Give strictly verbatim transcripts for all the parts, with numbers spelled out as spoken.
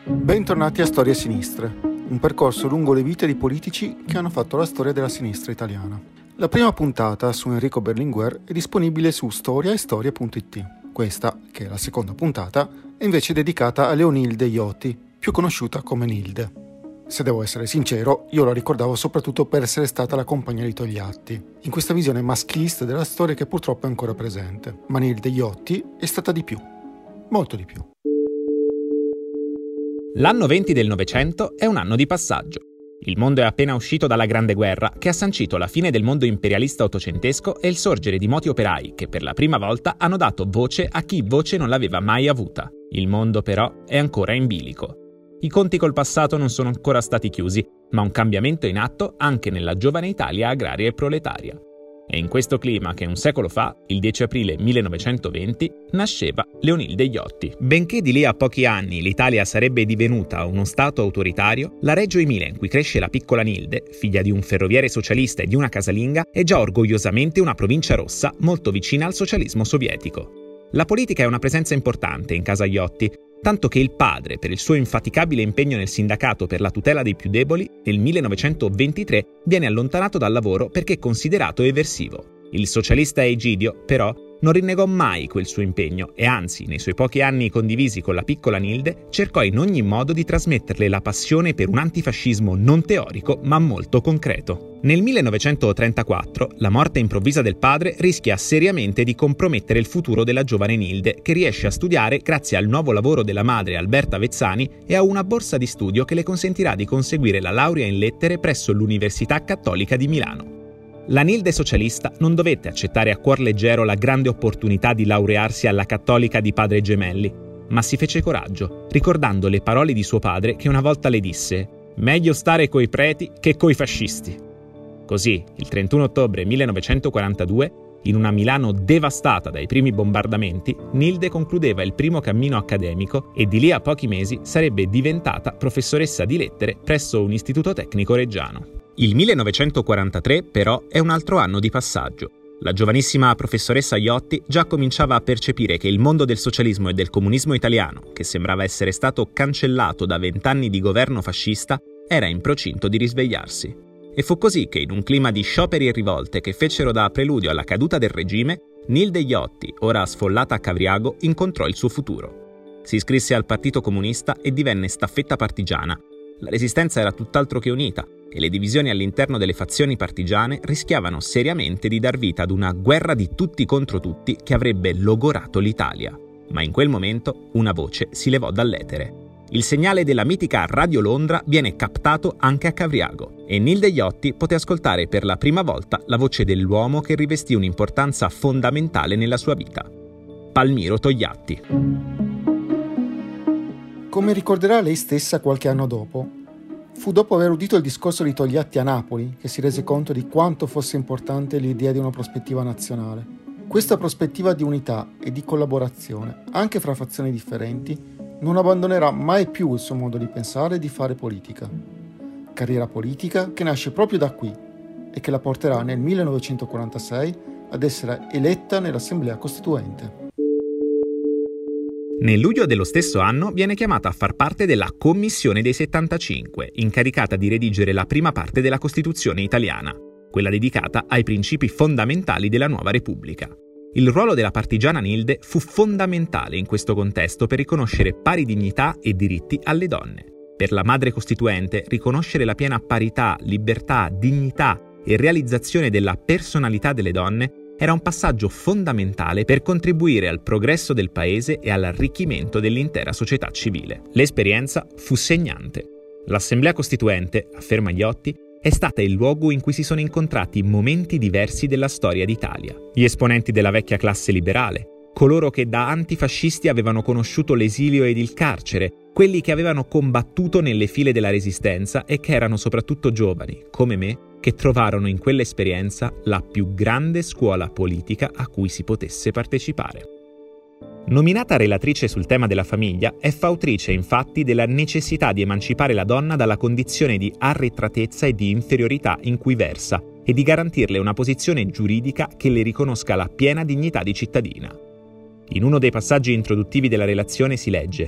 Bentornati a Storie Sinistre, un percorso lungo le vite di politici che hanno fatto la storia della sinistra italiana. La prima puntata su Enrico Berlinguer è disponibile su storia e storia punto it. Questa, che è la seconda puntata, è invece dedicata a Leonilde Iotti, più conosciuta come Nilde. Se devo essere sincero, io la ricordavo soprattutto per essere stata la compagna di Togliatti, in questa visione maschilista della storia che purtroppo è ancora presente. Ma Nilde Iotti è stata di più, molto di più. L'anno venti del Novecento è un anno di passaggio. Il mondo è appena uscito dalla Grande Guerra, che ha sancito la fine del mondo imperialista ottocentesco e il sorgere di moti operai che per la prima volta hanno dato voce a chi voce non l'aveva mai avuta. Il mondo però è ancora in bilico. I conti col passato non sono ancora stati chiusi, ma un cambiamento è in atto anche nella giovane Italia agraria e proletaria. È in questo clima che un secolo fa, il dieci aprile millenovecentoventi, nasceva Leonilde Iotti. Benché di lì a pochi anni l'Italia sarebbe divenuta uno stato autoritario, la Reggio Emilia in cui cresce la piccola Nilde, figlia di un ferroviere socialista e di una casalinga, è già orgogliosamente una provincia rossa molto vicina al socialismo sovietico. La politica è una presenza importante in casa Iotti, tanto che il padre, per il suo infaticabile impegno nel sindacato per la tutela dei più deboli, nel millenovecentoventitré viene allontanato dal lavoro perché è considerato eversivo. Il socialista Egidio, però, non rinnegò mai quel suo impegno e anzi, nei suoi pochi anni condivisi con la piccola Nilde, cercò in ogni modo di trasmetterle la passione per un antifascismo non teorico ma molto concreto. Nel millenovecentotrentaquattro, la morte improvvisa del padre rischia seriamente di compromettere il futuro della giovane Nilde, che riesce a studiare grazie al nuovo lavoro della madre Alberta Vezzani e a una borsa di studio che le consentirà di conseguire la laurea in lettere presso l'Università Cattolica di Milano. La Nilde socialista non dovette accettare a cuor leggero la grande opportunità di laurearsi alla Cattolica di Padre Gemelli, ma si fece coraggio, ricordando le parole di suo padre che una volta le disse: «Meglio stare coi preti che coi fascisti». Così, il trentuno ottobre millenovecentoquarantadue, in una Milano devastata dai primi bombardamenti, Nilde concludeva il primo cammino accademico e di lì a pochi mesi sarebbe diventata professoressa di lettere presso un istituto tecnico reggiano. Il millenovecentoquarantatré, però, è un altro anno di passaggio. La giovanissima professoressa Iotti già cominciava a percepire che il mondo del socialismo e del comunismo italiano, che sembrava essere stato cancellato da vent'anni di governo fascista, era in procinto di risvegliarsi. E fu così che, in un clima di scioperi e rivolte che fecero da preludio alla caduta del regime, Nilde Iotti, ora sfollata a Cavriago, incontrò il suo futuro. Si iscrisse al Partito Comunista e divenne staffetta partigiana. La resistenza era tutt'altro che unita e le divisioni all'interno delle fazioni partigiane rischiavano seriamente di dar vita ad una guerra di tutti contro tutti che avrebbe logorato l'Italia. Ma in quel momento una voce si levò dall'etere. Il segnale della mitica Radio Londra viene captato anche a Cavriago e Nilde Iotti poté ascoltare per la prima volta la voce dell'uomo che rivestì un'importanza fondamentale nella sua vita: Palmiro Togliatti. Come ricorderà lei stessa qualche anno dopo, fu dopo aver udito il discorso di Togliatti a Napoli che si rese conto di quanto fosse importante l'idea di una prospettiva nazionale. Questa prospettiva di unità e di collaborazione, anche fra fazioni differenti, non abbandonerà mai più il suo modo di pensare e di fare politica. Carriera politica che nasce proprio da qui e che la porterà nel millenovecentoquarantasei ad essere eletta nell'Assemblea Costituente. Nel luglio dello stesso anno viene chiamata a far parte della Commissione dei settantacinque, incaricata di redigere la prima parte della Costituzione italiana, quella dedicata ai principi fondamentali della nuova Repubblica. Il ruolo della partigiana Nilde fu fondamentale in questo contesto per riconoscere pari dignità e diritti alle donne. Per la madre costituente, riconoscere la piena parità, libertà, dignità e realizzazione della personalità delle donne era un passaggio fondamentale per contribuire al progresso del paese e all'arricchimento dell'intera società civile. L'esperienza fu segnante. L'Assemblea Costituente, afferma Iotti, è stata il luogo in cui si sono incontrati momenti diversi della storia d'Italia. Gli esponenti della vecchia classe liberale, coloro che da antifascisti avevano conosciuto l'esilio ed il carcere, quelli che avevano combattuto nelle file della Resistenza e che erano soprattutto giovani, come me, che trovarono in quell'esperienza la più grande scuola politica a cui si potesse partecipare. Nominata relatrice sul tema della famiglia, è fautrice infatti della necessità di emancipare la donna dalla condizione di arretratezza e di inferiorità in cui versa e di garantirle una posizione giuridica che le riconosca la piena dignità di cittadina. In uno dei passaggi introduttivi della relazione si legge: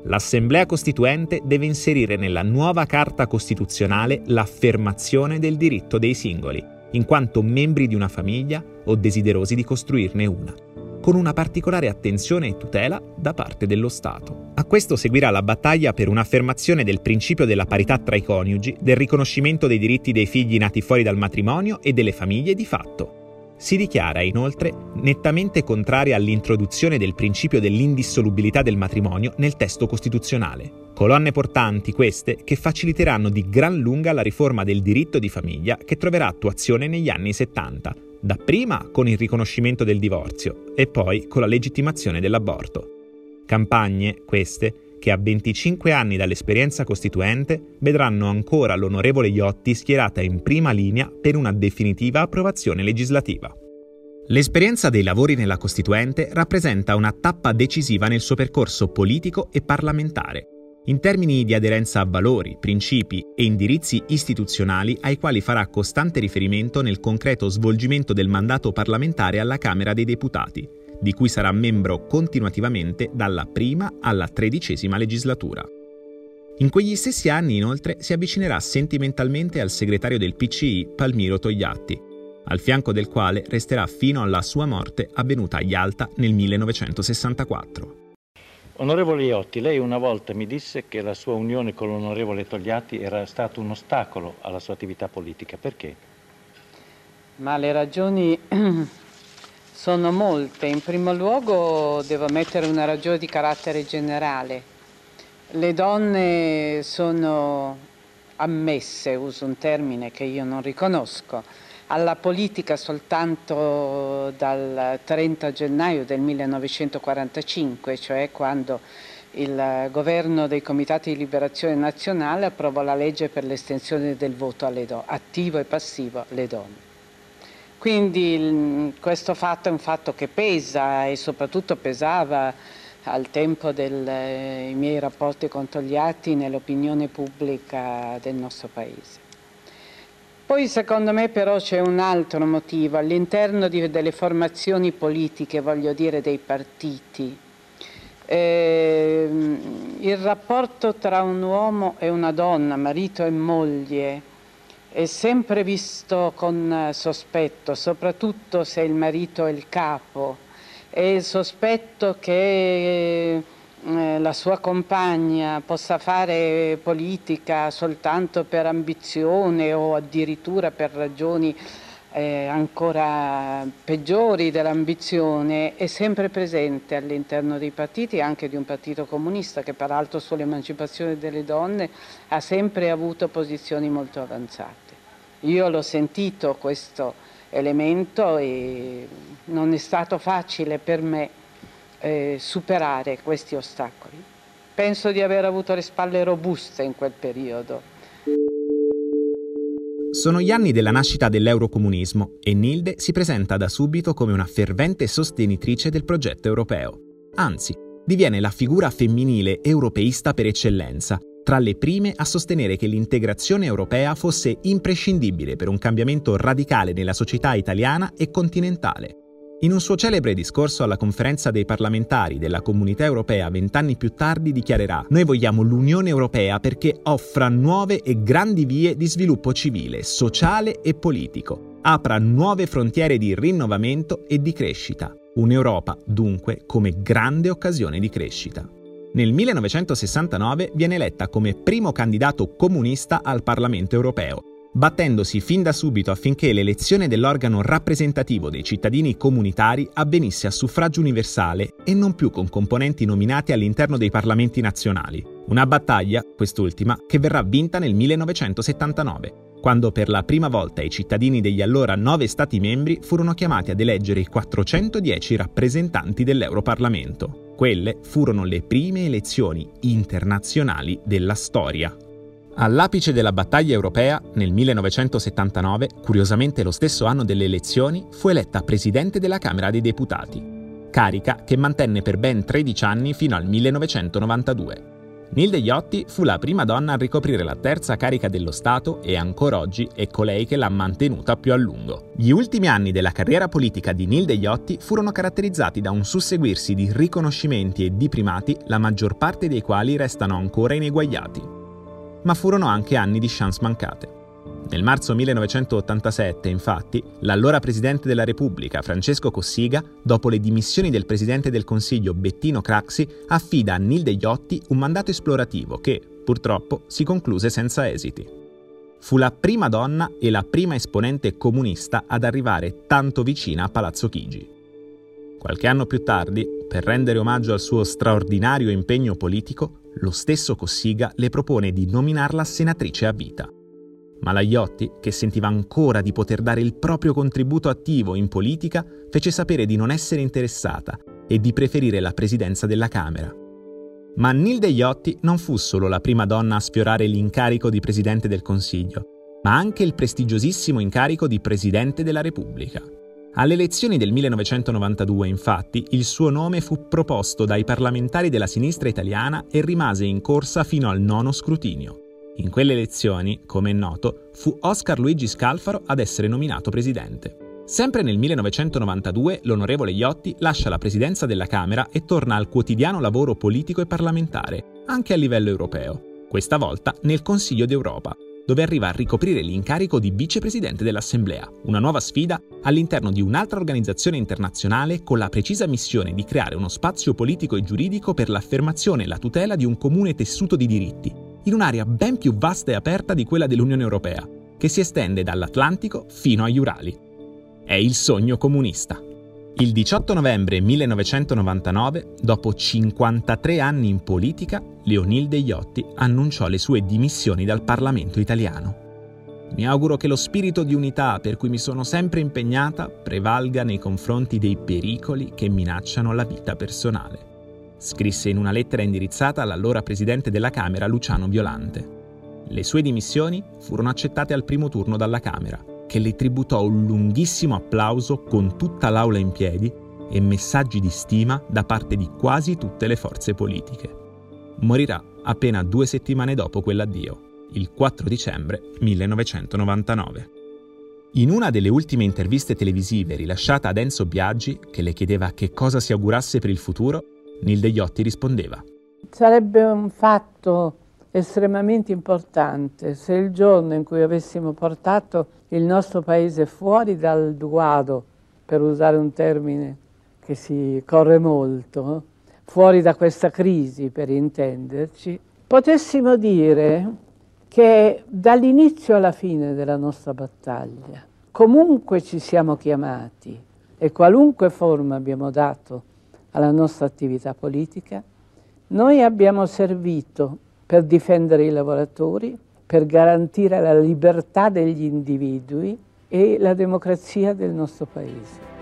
L'Assemblea Costituente deve inserire nella nuova Carta Costituzionale l'affermazione del diritto dei singoli, in quanto membri di una famiglia o desiderosi di costruirne una, con una particolare attenzione e tutela da parte dello Stato. A questo seguirà la battaglia per un'affermazione del principio della parità tra i coniugi, del riconoscimento dei diritti dei figli nati fuori dal matrimonio e delle famiglie di fatto. Si dichiara inoltre nettamente contraria all'introduzione del principio dell'indissolubilità del matrimonio nel testo costituzionale. Colonne portanti queste che faciliteranno di gran lunga la riforma del diritto di famiglia che troverà attuazione negli anni settanta, dapprima con il riconoscimento del divorzio e poi con la legittimazione dell'aborto. Campagne, queste, che a venticinque anni dall'esperienza costituente vedranno ancora l'onorevole Iotti schierata in prima linea per una definitiva approvazione legislativa. L'esperienza dei lavori nella Costituente rappresenta una tappa decisiva nel suo percorso politico e parlamentare, in termini di aderenza a valori, principi e indirizzi istituzionali ai quali farà costante riferimento nel concreto svolgimento del mandato parlamentare alla Camera dei Deputati, di cui sarà membro continuativamente dalla prima alla tredicesima legislatura. In quegli stessi anni, inoltre, si avvicinerà sentimentalmente al segretario del P C I Palmiro Togliatti, al fianco del quale resterà fino alla sua morte avvenuta a Yalta nel millenovecentosessantaquattro. Onorevole Iotti, lei una volta mi disse che la sua unione con l'onorevole Togliatti era stato un ostacolo alla sua attività politica. Perché? Ma le ragioni sono molte. In primo luogo devo mettere una ragione di carattere generale. Le donne sono ammesse, uso un termine che io non riconosco, alla politica soltanto dal trenta gennaio del millenovecentoquarantacinque, cioè quando il governo dei Comitati di Liberazione Nazionale approvò la legge per l'estensione del voto alle donne, attivo e passivo alle donne. Quindi questo fatto è un fatto che pesa e soprattutto pesava al tempo dei miei rapporti con Togliatti nell'opinione pubblica del nostro Paese. Poi secondo me però c'è un altro motivo, all'interno di, delle formazioni politiche, voglio dire dei partiti, eh, il rapporto tra un uomo e una donna, marito e moglie, è sempre visto con sospetto, soprattutto se il marito è il capo, e il sospetto che eh, la sua compagna possa fare politica soltanto per ambizione o addirittura per ragioni eh, ancora peggiori dell'ambizione è sempre presente all'interno dei partiti, anche di un partito comunista che peraltro sull'emancipazione delle donne ha sempre avuto posizioni molto avanzate. Io l'ho sentito questo elemento e non è stato facile per me eh, superare questi ostacoli. Penso di aver avuto le spalle robuste in quel periodo. Sono gli anni della nascita dell'eurocomunismo e Nilde si presenta da subito come una fervente sostenitrice del progetto europeo. Anzi, diviene la figura femminile europeista per eccellenza, tra le prime a sostenere che l'integrazione europea fosse imprescindibile per un cambiamento radicale nella società italiana e continentale. In un suo celebre discorso alla conferenza dei parlamentari della Comunità Europea vent'anni più tardi dichiarerà: «Noi vogliamo l'Unione Europea perché offra nuove e grandi vie di sviluppo civile, sociale e politico, apra nuove frontiere di rinnovamento e di crescita. Un'Europa, dunque, come grande occasione di crescita». Nel millenovecentosessantanove viene eletta come primo candidato comunista al Parlamento europeo, battendosi fin da subito affinché l'elezione dell'organo rappresentativo dei cittadini comunitari avvenisse a suffragio universale e non più con componenti nominati all'interno dei parlamenti nazionali. Una battaglia, quest'ultima, che verrà vinta nel millenovecentosettantanove, quando per la prima volta i cittadini degli allora nove Stati membri furono chiamati ad eleggere i quattrocentodieci rappresentanti dell'Europarlamento. Quelle furono le prime elezioni internazionali della storia. All'apice della battaglia europea, nel millenovecentosettantanove, curiosamente lo stesso anno delle elezioni, fu eletta presidente della Camera dei Deputati, carica che mantenne per ben tredici anni fino al millenovecentonovantadue. Nilde Iotti fu la prima donna a ricoprire la terza carica dello Stato e ancora oggi è colei che l'ha mantenuta più a lungo. Gli ultimi anni della carriera politica di Nilde Iotti furono caratterizzati da un susseguirsi di riconoscimenti e di primati, la maggior parte dei quali restano ancora ineguagliati. Ma furono anche anni di chance mancate. Nel marzo millenovecentottantasette, infatti, l'allora Presidente della Repubblica, Francesco Cossiga, dopo le dimissioni del Presidente del Consiglio Bettino Craxi, affida a Nilde Iotti un mandato esplorativo che, purtroppo, si concluse senza esiti. Fu la prima donna e la prima esponente comunista ad arrivare tanto vicina a Palazzo Chigi. Qualche anno più tardi, per rendere omaggio al suo straordinario impegno politico, lo stesso Cossiga le propone di nominarla senatrice a vita. Ma la Iotti, che sentiva ancora di poter dare il proprio contributo attivo in politica, fece sapere di non essere interessata e di preferire la presidenza della Camera. Ma Nilde Iotti non fu solo la prima donna a sfiorare l'incarico di Presidente del Consiglio, ma anche il prestigiosissimo incarico di Presidente della Repubblica. Alle elezioni del millenovecentonovantadue, infatti, il suo nome fu proposto dai parlamentari della sinistra italiana e rimase in corsa fino al nono scrutinio. In quelle elezioni, come è noto, fu Oscar Luigi Scalfaro ad essere nominato presidente. Sempre nel millenovecentonovantadue l'onorevole Iotti lascia la presidenza della Camera e torna al quotidiano lavoro politico e parlamentare, anche a livello europeo, questa volta nel Consiglio d'Europa, dove arriva a ricoprire l'incarico di vicepresidente dell'Assemblea, una nuova sfida all'interno di un'altra organizzazione internazionale con la precisa missione di creare uno spazio politico e giuridico per l'affermazione e la tutela di un comune tessuto di diritti, in un'area ben più vasta e aperta di quella dell'Unione Europea, che si estende dall'Atlantico fino agli Urali. È il sogno comunista. Il diciotto novembre millenovecentonovantanove, dopo cinquantatré anni in politica, Leonilde Iotti annunciò le sue dimissioni dal Parlamento italiano. Mi auguro che lo spirito di unità per cui mi sono sempre impegnata prevalga nei confronti dei pericoli che minacciano la vita personale, scrisse in una lettera indirizzata all'allora Presidente della Camera Luciano Violante. Le sue dimissioni furono accettate al primo turno dalla Camera, che le tributò un lunghissimo applauso con tutta l'Aula in piedi e messaggi di stima da parte di quasi tutte le forze politiche. Morirà appena due settimane dopo quell'addio, il quattro dicembre millenovecentonovantanove. In una delle ultime interviste televisive rilasciata ad Enzo Biagi, che le chiedeva che cosa si augurasse per il futuro, Nilde Iotti rispondeva: sarebbe un fatto estremamente importante se il giorno in cui avessimo portato il nostro paese fuori dal guado, per usare un termine che si corre molto, fuori da questa crisi per intenderci, potessimo dire che dall'inizio alla fine della nostra battaglia, comunque ci siamo chiamati e qualunque forma abbiamo dato alla nostra attività politica, noi abbiamo servito per difendere i lavoratori, per garantire la libertà degli individui e la democrazia del nostro Paese.